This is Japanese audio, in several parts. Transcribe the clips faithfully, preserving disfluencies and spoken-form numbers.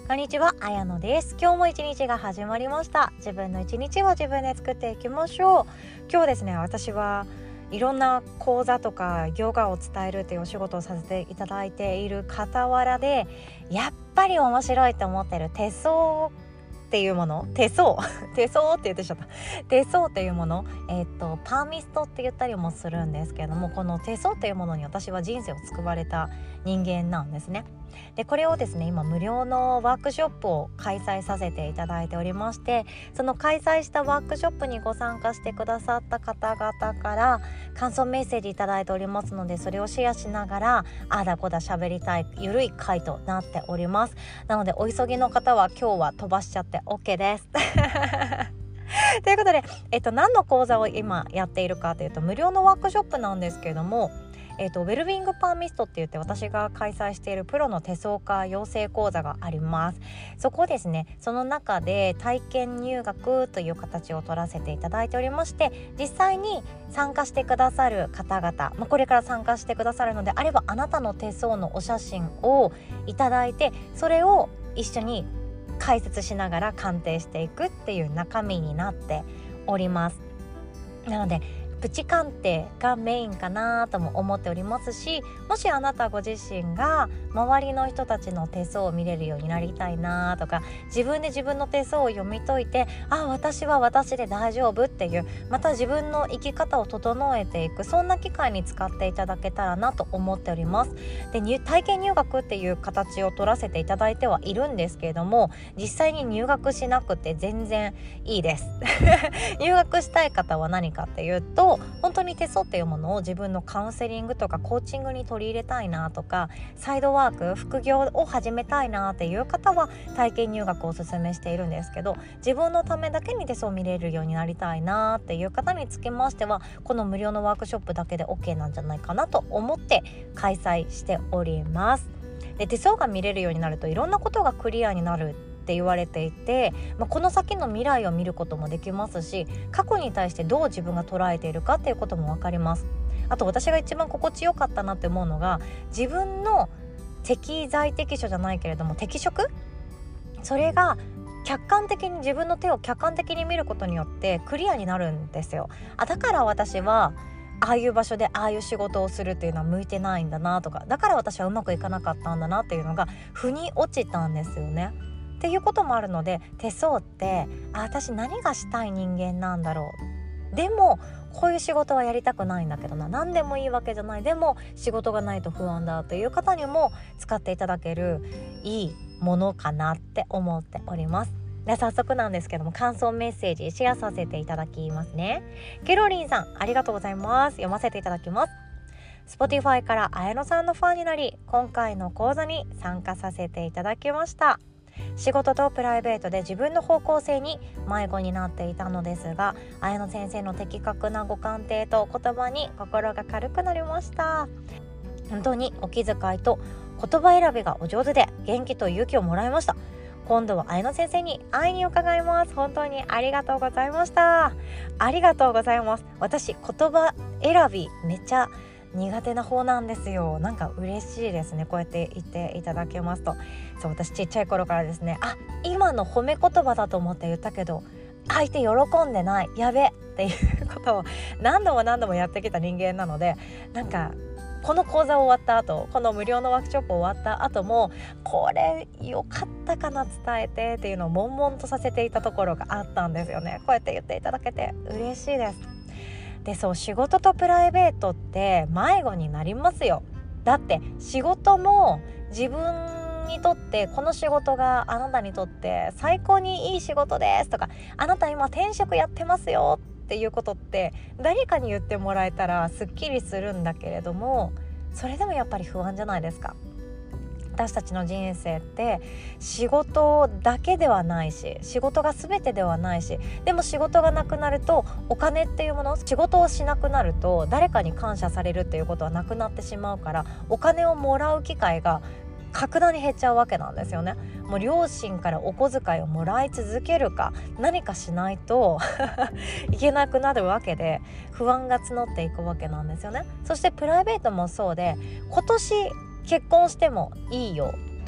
こんにちは、あやのです。今日も一日が始まりました。自分の一日を自分で作っていきましょう。今日ですね、私はいろんな講座とかヨガを伝えるっていうお仕事をさせていただいている傍らで、やっぱり面白いと思ってる手相っていうもの手相手相って言ってしまった手相っていうもの、えっとパーミストって言ったりもするんですけれども、この手相っていうものに私は人生を救われた人間なんですね。でこれをですね、今無料のワークショップを開催させていただいておりまして、その開催したワークショップにご参加してくださった方々から感想メッセージいただいておりますので、それをシェアしながらあーだこだ喋りたいゆるい回となっております。なのでお急ぎの方は今日は飛ばしちゃって OK ですということで、えっと、何の講座を今やっているかというと、無料のワークショップなんですけれども、えーと、ウェルビングパーミストって言って私が開催しているプロの手相家養成講座があります。そこですね、その中で体験入学という形を取らせていただいておりまして、実際に参加してくださる方々、まあ、これから参加してくださるのであれば、あなたの手相のお写真をいただいて、それを一緒に解説しながら鑑定していくっていう中身になっております。なのでプチ鑑定がメインかなとも思っておりますし、もしあなたご自身が周りの人たちの手相を見れるようになりたいなとか、自分で自分の手相を読み解いて、あ、私は私で大丈夫っていう、また自分の生き方を整えていく、そんな機会に使っていただけたらなと思っております。で、体験入学っていう形を取らせていただいてはいるんですけれども、実際に入学しなくて全然いいです入学したい方は何かっていうと、本当に手相っていうものを自分のカウンセリングとかコーチングに取り入れたいなとか、サイドワーク副業を始めたいなっていう方は体験入学をおすすめしているんですけど、自分のためだけに手相を見れるようになりたいなっていう方につきましては、この無料のワークショップだけで OK なんじゃないかなと思って開催しております。で、手相が見れるようになるといろんなことがクリアになるって言われていて、まあ、この先の未来を見ることもできますし、過去に対してどう自分が捉えているかっていうことも分かります。あと私が一番心地よかったなって思うのが、自分の適材適所じゃないけれども適色、それが客観的に自分の手を客観的に見ることによってクリアになるんですよ。あ、だから私はああいう場所でああいう仕事をするっていうのは向いてないんだなとか、だから私はうまくいかなかったんだなっていうのが腑に落ちたんですよね。っていうこともあるので、手相ってあ、私何がしたい人間なんだろう、でもこういう仕事はやりたくないんだけどな、何でもいいわけじゃない、でも仕事がないと不安だという方にも使っていただけるいいものかなって思っております。で、早速なんですけども、感想メッセージシェアさせていただきますね。ケロリンさん、ありがとうございます。読ませていただきます。Spotify から綾野さんのファンになり、今回の講座に参加させていただきました。仕事とプライベートで自分の方向性に迷子になっていたのですが、綾野先生の的確なご鑑定と言葉に心が軽くなりました。本当にお気遣いと言葉選びがお上手で元気と勇気をもらいました。今度は綾野先生に会いに伺います。本当にありがとうございました。ありがとうございます。私言葉選びめっちゃ苦手な方なんですよ。なんか嬉しいですね、こうやって言っていただけますと。そう、私ちっちゃい頃からですね、あ、今の褒め言葉だと思って言ったけど相手喜んでない、やべっていうことを何度も何度もやってきた人間なので、なんかこの講座終わった後、この無料のワークショップ終わった後も、これ良かったかな伝えてっていうのを悶々とさせていたところがあったんですよね。こうやって言っていただけて嬉しいです。で、そう、仕事とプライベートって迷子になりますよ。だって仕事も自分にとってこの仕事があなたにとって最高にいい仕事ですとか、あなた今転職やってますよっていうことって誰かに言ってもらえたらすっきりするんだけれども、それでもやっぱり不安じゃないですか。私たちの人生って仕事だけではないし、仕事が全てではないし、でも仕事がなくなるとお金っていうもの、仕事をしなくなると誰かに感謝されるっていうことはなくなってしまうから、お金をもらう機会が格段に減っちゃうわけなんですよね。もう両親からお小遣いをもらい続けるか何かしないといけなくなるわけで、不安が募っていくわけなんですよね。そしてプライベートもそうで、今年結婚してもいいよ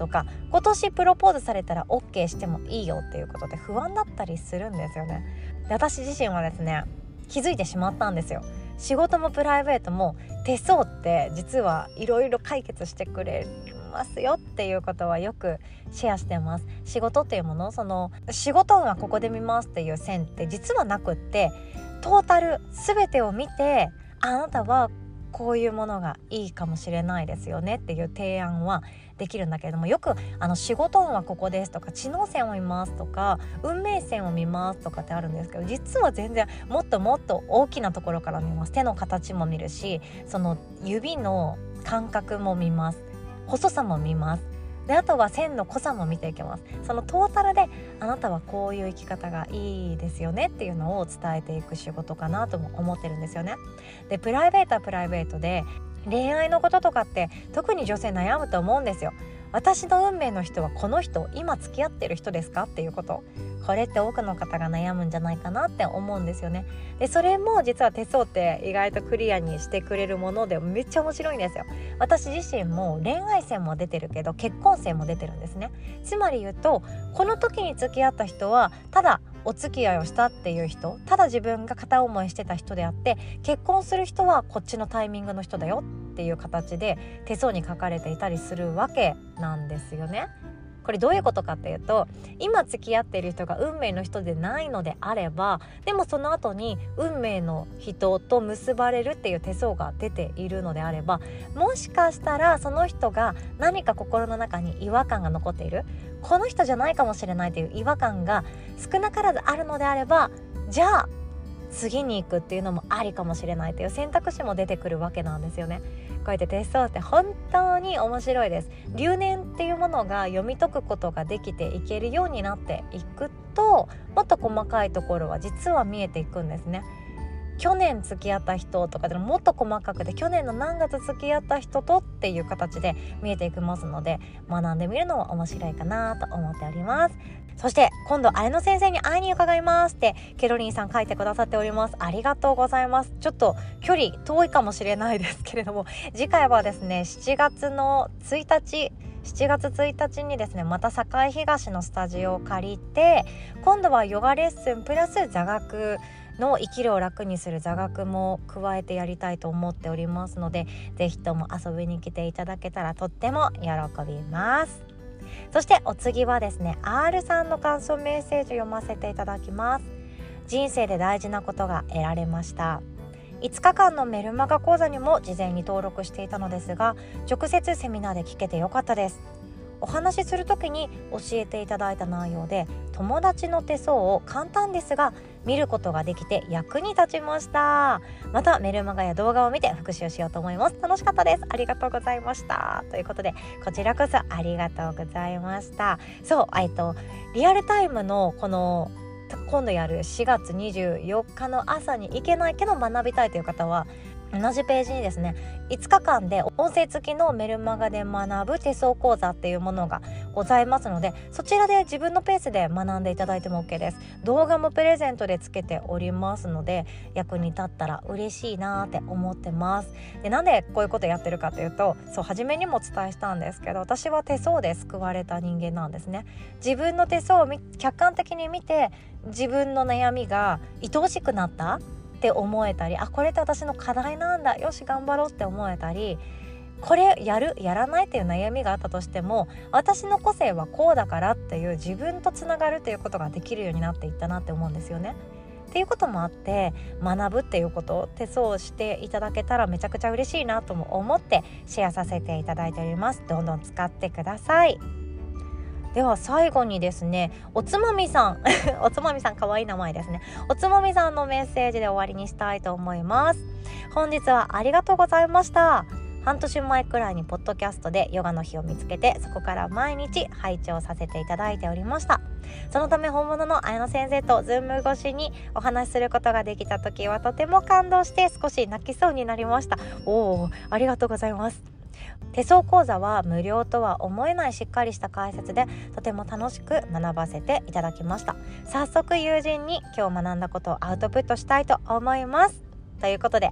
とか、今年プロポーズされたら OK してもいいよっていうことで不安だったりするんですよね。で私自身はですね気づいてしまったんですよ。仕事もプライベートも手相って実はいろいろ解決してくれますよっていうことはよくシェアしてます。仕事っていうもの、その仕事運はここで見ますっていう線って実はなくって、トータル全てを見て、あなたはこういうものがいいかもしれないですよねっていう提案はできるんだけれども、よくあの仕事運はここですとか、知能線を見ますとか、運命線を見ますとかってあるんですけど、実は全然もっともっと大きなところから見ます。手の形も見るし、その指の感覚も見ます。細さも見ます。であとは線の濃さも見ていきます。そのトータルであなたはこういう生き方がいいですよねっていうのを伝えていく仕事かなとも思ってるんですよね。でプライベートはプライベートで、恋愛のこととかって特に女性悩むと思うんですよ。私の運命の人はこの人、今付き合ってる人ですかっていうこと、これって多くの方が悩むんじゃないかなって思うんですよね。でそれも実は手相って意外とクリアにしてくれるものでめっちゃ面白いんですよ。私自身も恋愛線も出てるけど結婚線も出てるんですね。つまり言うと、この時に付き合った人はただお付き合いをしたっていう人、ただ自分が片思いしてた人であって、結婚する人はこっちのタイミングの人だよっていう形で手相に書かれていたりするわけなんですよね。これどういうことかっていうと、今付き合っている人が運命の人でないのであれば、でもその後に運命の人と結ばれるっていう手相が出ているのであれば、もしかしたらその人が何か心の中に違和感が残っている、この人じゃないかもしれないという違和感が少なからずあるのであれば、じゃあ次に行くっていうのもありかもしれないという選択肢も出てくるわけなんですよね。こうやって手相って本当に面白いです。流年っていうものが読み解くことができていけるようになっていくと、もっと細かいところは実は見えていくんですね。去年付き合った人とかでももっと細かくて、去年の何月付き合った人とっていう形で見えていきますので、学んでみるのも面白いかなと思っております。そして今度綾野先生に会いに伺いますってケロリンさん書いてくださっております。ありがとうございます。ちょっと距離遠いかもしれないですけれども、次回はですねしちがつのついたちしちがつついたちにですね、また栄東のスタジオを借りて、今度はヨガレッスンプラス座学の生きるを楽にする座学も加えてやりたいと思っておりますので、ぜひとも遊びに来ていただけたらとっても喜びます。そしてお次はですね R さんの感想メッセージを読ませていただきます。人生で大事なことが得られました。いつかかんのメルマガ講座にも事前に登録していたのですが、直接セミナーで聞けてよかったです。お話しするときに教えていただいた内容で、友達の手相を簡単ですが見ることができて役に立ちました。またメルマガや動画を見て復習しようと思います。楽しかったです。ありがとうございました。ということで、こちらこそありがとうございました。そう、えっとリアルタイムのこの今度やるしがつにじゅうよっかの朝に行けないけど学びたいという方は、同じページにですねいつかかんで音声付きのメルマガで学ぶ手相講座っていうものがございますので、そちらで自分のペースで学んでいただいても OK です。動画もプレゼントでつけておりますので、役に立ったら嬉しいなって思ってます。でなんでこういうことやってるかというと、そう初めにもお伝えしたんですけど、私は手相で救われた人間なんですね。自分の手相を客観的に見て、自分の悩みが愛おしくなったって思えたり、あこれって私の課題なんだ、よし頑張ろうって思えたり、これやるやらないっていう悩みがあったとしても、私の個性はこうだからっていう自分とつながるっていうことができるようになっていったなって思うんですよね。っていうこともあって、学ぶっていうことを手相をしていただけたらめちゃくちゃ嬉しいなとも思ってシェアさせていただいております。どんどん使ってください。では最後にですね、おつまみさんおつまみさんかわいい名前ですね。おつまみさんのメッセージで終わりにしたいと思います。本日はありがとうございました。半年前くらいにポッドキャストでヨガの日を見つけて、そこから毎日拝聴させていただいておりました。そのため本物の綾野先生とズーム越しにお話しすることができた時はとても感動して少し泣きそうになりました。おー、ありがとうございます。手相講座は無料とは思えないしっかりした解説で、とても楽しく学ばせていただきました。早速友人に今日学んだことをアウトプットしたいと思います。ということで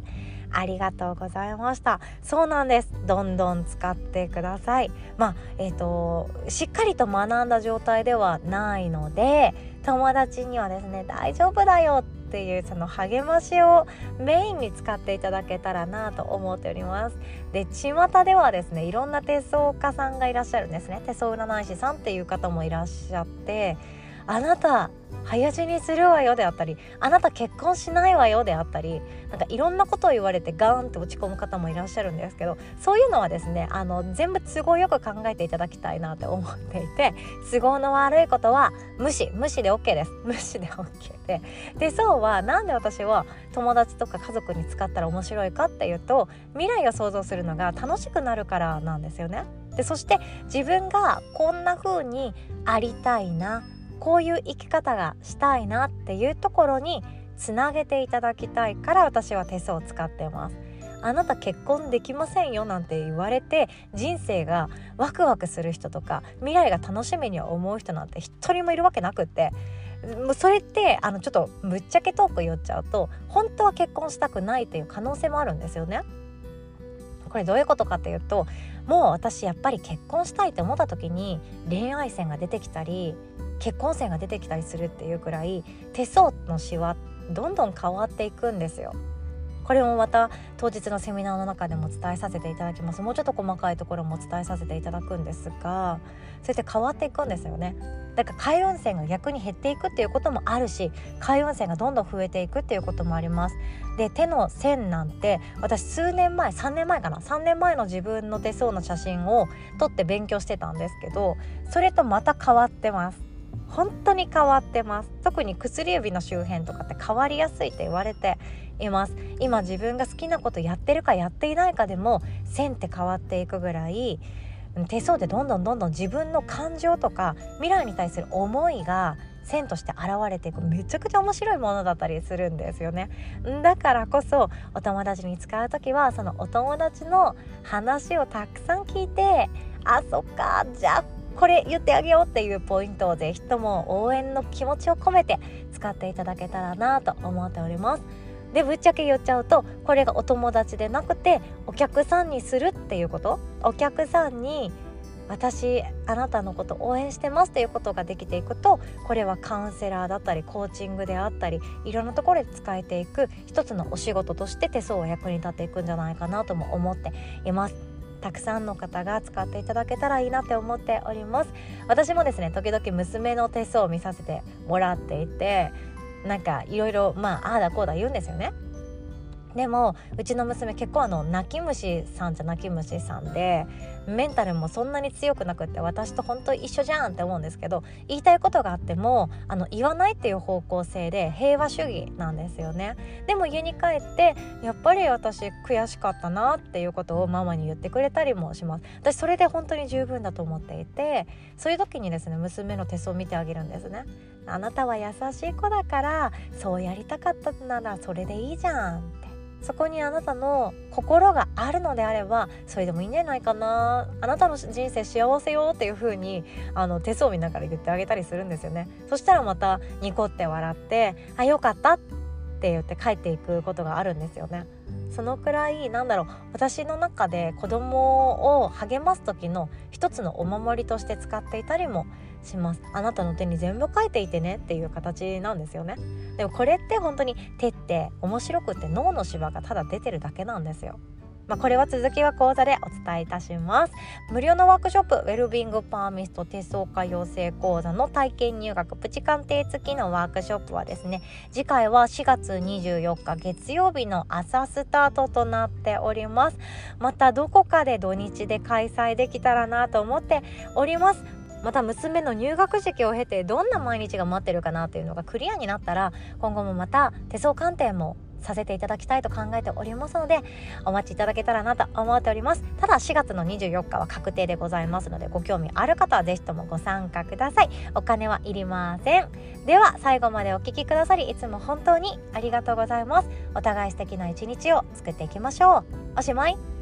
ありがとうございました。そうなんです。どんどん使ってください。まあえっとしっかりと学んだ状態ではないので、友達にはですね大丈夫だよっていうその励ましをメインに使っていただけたらなと思っております。で、巷ではですねいろんな手相家さんがいらっしゃるんですね。手相占い師さんっていう方もいらっしゃって、あなた早死にするわよであったり、あなた結婚しないわよであったり、なんかいろんなことを言われてガーンって落ち込む方もいらっしゃるんですけど、そういうのはですねあの全部都合よく考えていただきたいなって思っていて、都合の悪いことは無視無視で OK です。無視で OK で、でそうはなんで私は友達とか家族に使ったら面白いかっていうと、未来を想像するのが楽しくなるからなんですよね。でそして自分がこんな風にありたいな、こういう生き方がしたいなっていうところにつなげていただきたいから私は手相を使ってます。あなた結婚できませんよなんて言われて人生がワクワクする人とか未来が楽しみに思う人なんて一人もいるわけなくって、もうそれってあのちょっとぶっちゃけトーク言っちゃうと本当は結婚したくないっていう可能性もあるんですよね。これどういうことかっていうと、もう私やっぱり結婚したいって思った時に恋愛線が出てきたり結婚線が出てきたりするっていうくらい手相のシワどんどん変わっていくんですよ。これもまた当日のセミナーの中でも伝えさせていただきます。もうちょっと細かいところも伝えさせていただくんですが、そうやって変わっていくんですよね。だから開運線が逆に減っていくっていうこともあるし、開運線がどんどん増えていくっていうこともあります。で、手の線なんて私数年前さんねんまえかなさんねんまえの自分の手相の写真を撮って勉強してたんですけど、それとまた変わってます。本当に変わってます。特に薬指の周辺とかって変わりやすいって言われています。今自分が好きなことやってるかやっていないかでも線って変わっていくぐらい、手相でどんどんどんどん自分の感情とか未来に対する思いが線として現れていく、めちゃくちゃ面白いものだったりするんですよね。だからこそお友達に使うときはそのお友達の話をたくさん聞いて、あ、そっか、じゃあこれ言ってあげようっていうポイントをぜひとも応援の気持ちを込めて使っていただけたらなと思っております。で、ぶっちゃけ言っちゃうと、これがお友達でなくてお客さんにするっていうこと、お客さんに私あなたのこと応援してますっていうことができていくと、これはカウンセラーだったりコーチングであったりいろんなところで使えていく一つのお仕事として手相は役に立っていくんじゃないかなとも思っています。たくさんの方が使っていただけたらいいなって思っております。私もですね時々娘の手相を見させてもらっていて、なんかいろいろまあああだこうだ言うんですよね。でもうちの娘結構あの泣き虫さんじゃ泣き虫さんで、メンタルもそんなに強くなくって私と本当一緒じゃんって思うんですけど、言いたいことがあってもあの言わないっていう方向性で平和主義なんですよね。でも家に帰ってやっぱり私悔しかったなっていうことをママに言ってくれたりもします。私それで本当に十分だと思っていて、そういう時にですね娘の手相を見てあげるんですね。あなたは優しい子だからそうやりたかったならそれでいいじゃんって、そこにあなたの心があるのであればそれでもいいんじゃないかな、あなたの人生幸せよっていう風にあの手相を見ながら言ってあげたりするんですよね。そしたらまたニコって笑ってあよかったって言って帰っていくことがあるんですよね。そのくらいなんだろう、私の中で子供を励ます時の一つのお守りとして使っていたりもします。あなたの手に全部書いていてねっていう形なんですよね。でもこれって本当に手って面白くって脳の芝がただ出てるだけなんですよ。まあ、これは続きは講座でお伝えいたします。無料のワークショップウェルビングパーミスト手相家養成講座の体験入学プチ鑑定付きのワークショップはですね、次回はしがつにじゅうよっか月曜日の朝スタートとなっております。またどこかで土日で開催できたらなと思っております。また娘の入学時期を経てどんな毎日が待ってるかなというのがクリアになったら、今後もまた手相鑑定もさせていただきたいと考えておりますので、お待ちいただけたらなと思っております。ただしがつのにじゅうよっかは確定でございますので、ご興味ある方はぜひともご参加ください。お金はいりません。では最後までお聞きくださりいつも本当にありがとうございます。お互い素敵な一日を作っていきましょう。おしまい。